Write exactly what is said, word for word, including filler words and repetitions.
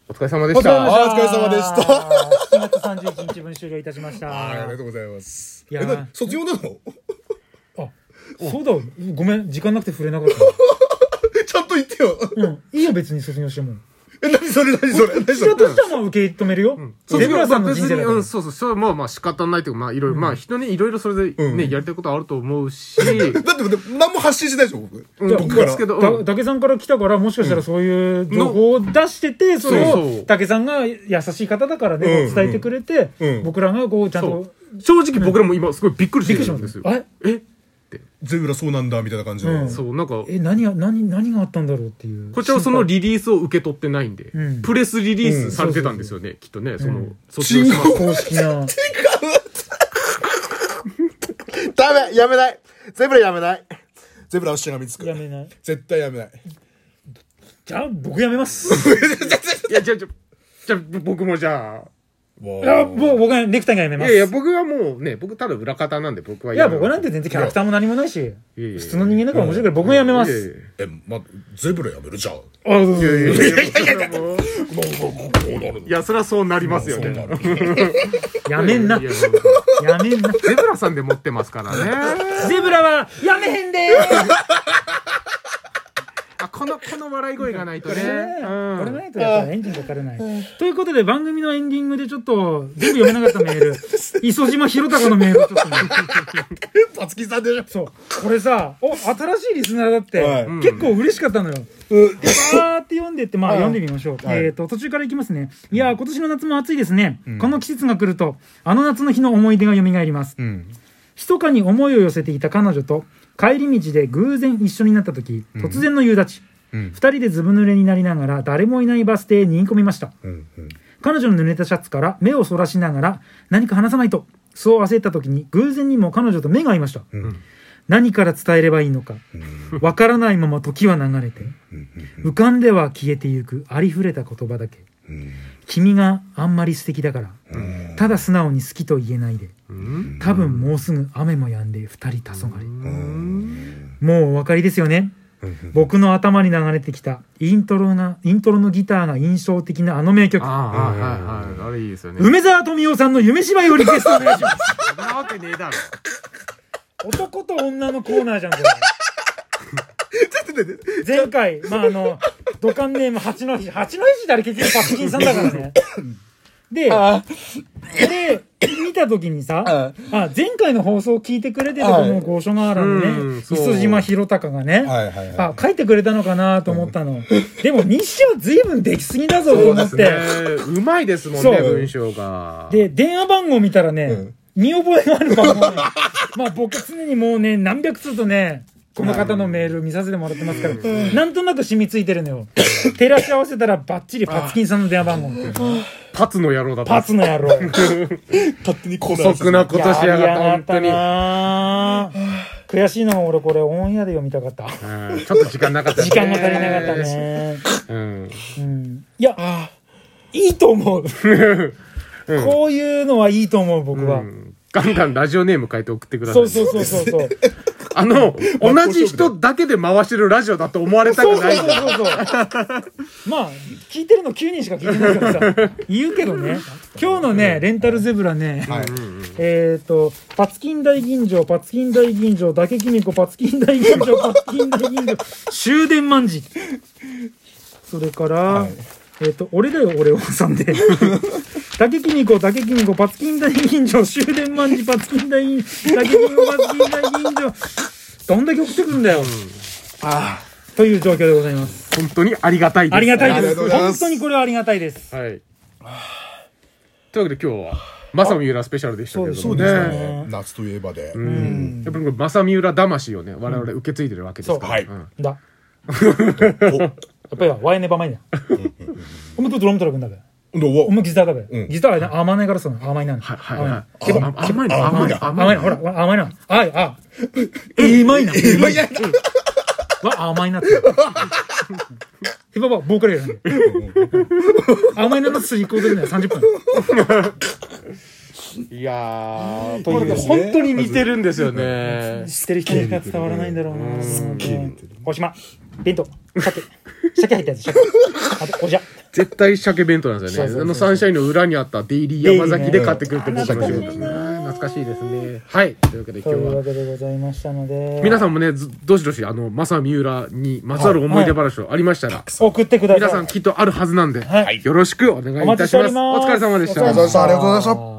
お疲れ様でした。 お疲れ様でした。 しちがつさんじゅういちにちぶん終了いたしました。 ありがとうございます。 いやえ、な卒業なの？ あ、そうだ。ごめん、時間なくて触れなかった。 ちゃんと言ってよ。 うん、いいよ別に卒業しても。 え、何それ何それ何それ。 人としては受け止めるよ。ゼブラさんの人生だから。 うん、そうそう、それはまあまあ仕方ないというか、まあいろいろ、まあ人にいろいろそれでね、やりたいことあると思うし。だって何も発信しないでしょ、僕。 僕から。けど、 竹さんから来たから、もしかしたらそういう情報を出してて、それを竹さんが優しい方だからね、伝えてくれて、僕らがこうちゃんと。 正直僕らも今すごいびっくりしてるんですよ。えゼブラそうなんだみたいな感じの、 うん、そうなんかえ何が何何があったんだろうっていうこちらはそのリリースを受け取ってないんで、うん、プレスリリースされてたんですよね、うん、きっとね、うん、その卒業します公式なダメやめないゼブラやめないゼブラはしがみつくやめない絶対やめないじゃあ僕やめますいやじゃあじゃあじゃあ僕もじゃあいや、もう僕はネクタイがやめます。 いやいや、僕はもうね、僕ただ裏方なんで僕はやめます。 いや、僕なんて全然キャラクターも何もないし、普通の人間だから面白いから僕もやめます。 え、ま、ゼブラやめるじゃん。あ、 そうそうそう。いやいやいやいやいや、もう、いや、それはそうなりますよね。 やめんな。やめんな。 ゼブラさんで持ってますからね。 ゼブラは、やめへんであ、この、この笑い声がないとね。これないとやっぱエンジンかからない。ということで番組のエンディングでちょっと全部読めなかったメール。磯島弘隆のメールをちょっとね。 パツキさんでしょ。 そう。これさ、お、新しいリスナーだって、結構嬉しかったのよ。で、バーって読んでって、まあ読んでみましょう。えっと、途中からいきますね。いやー、今年の夏も暑いですね。この季節が来ると、あの夏の日の思い出が蘇ります。密かに思いを寄せていた彼女と、帰り道で偶然一緒になった時、突然の夕立ち、うん、二人でずぶ濡れになりながら誰もいないバス停に逃げ込みました、うんうん、彼女の濡れたシャツから目をそらしながら何か話さないとそう焦った時に偶然にも彼女と目が合いました、うん、何から伝えればいいのかわからないまま時は流れて浮かんでは消えてゆくありふれた言葉だけ、うん、君があんまり素敵だから、うん、ただ素直に好きと言えないで、うん、多分もうすぐ雨も止んで二人黄昏、うん、もうお分かりですよね僕の頭に流れてきたイントロなイントロのギターが印象的なあの名曲、 ああはいはいはい、あれいいですよね。 梅沢富美男さんの夢芝居をリクエストお願いします。 そんなわけねえだろ。 男と女のコーナーじゃんこれ。前回まああの土管ネーム八戸市八戸市であれ結局パツキンさんだからね。で、これ見たときにさ、ああ前回の放送を聞いてくれてるこの御所川原のね、磯島弘隆がね、あ書いてくれたのかなと思ったの。でも日誌は随分できすぎだぞと思って。 うまいですもんね、文章が。 で、電話番号見たらね、見覚えがある番号ね。まあ僕常にもうね、何百通とね、この方のメール見させてもらってますから、なんとなく染みついてるのよ。照らし合わせたらバッチリパツキンさんの電話番号っていうの。 パツの野郎だった。 パツの野郎。 勝手にこそくなことしやがった、本当に。 悔しいのが俺これオンエアで読みたかった。 ちょっと時間なかったね。 時間が足りなかったね。うんうん、いや、いいと思う。こういうのはいいと思う、僕は。 ガンガンラジオネーム書いて送ってください。 そうそうそうそう。 あの、同じ人だけで回してるラジオだと思われたくない。そうそうそうそう。 まあ、聞いてるのきゅうにんしか聞いてないからさ、言うけどね、今日のね、レンタルゼブラね、はい、えっと、パツキン大吟醸、パツキン大吟醸、ダケキミコ、パツキン大吟醸、パツキン大吟醸、終電万事。それから、はい、えっと、俺だよ、俺をさんで。竹きみこ、竹きみこ、パツキン大吟醸、終電万事、パツキン大吟醸、竹きみこ、パツキン大吟醸。どんだけ送ってくるんだよ。うん、ああ。という状況でございます。 本当にありがたいです。 ありがたいです。本当にこれはありがたいです。はい。 というわけで今日は、まさみうらスペシャルでしたけどね。 そうですね。夏といえばで。 うん。やっぱりまさみうら魂をね、我々受け継いでるわけですから。はい。 だ。やっぱりワイネバマイナ。お前とドラムトラ君だべ。お前ギターだべ。ギターは甘いからさ、甘いな。 はいはい。甘いな。甘いな。 甘いな。ほら、甘いな。あい、あ。えまいな。えまいな。わ、甘いなって。ヒババ、ボーカルやね。甘いなの次行こうとね、さんじゅっぷん。 いやー、これ本当に似てるんですよね。 知ってる人にしか伝わらないんだろうな。星間、ピント、鮭、鮭入ったやつ、鮭。あと、おじゃ。 絶対鮭弁当なんですよね。あのサンシャインの裏にあったデイリー山崎で買ってくるって僕の仕事ですね。懐かしいですね。はい。というわけで今日は。 というわけでございましたので。 皆さんもね、どしどし、あの、正三浦にまつわる思い出話ありましたら、 送ってください。 皆さんきっとあるはずなんで、 はい。 よろしくお願いいたします。お疲れ様でした。 お疲れ様でした。ありがとうございました。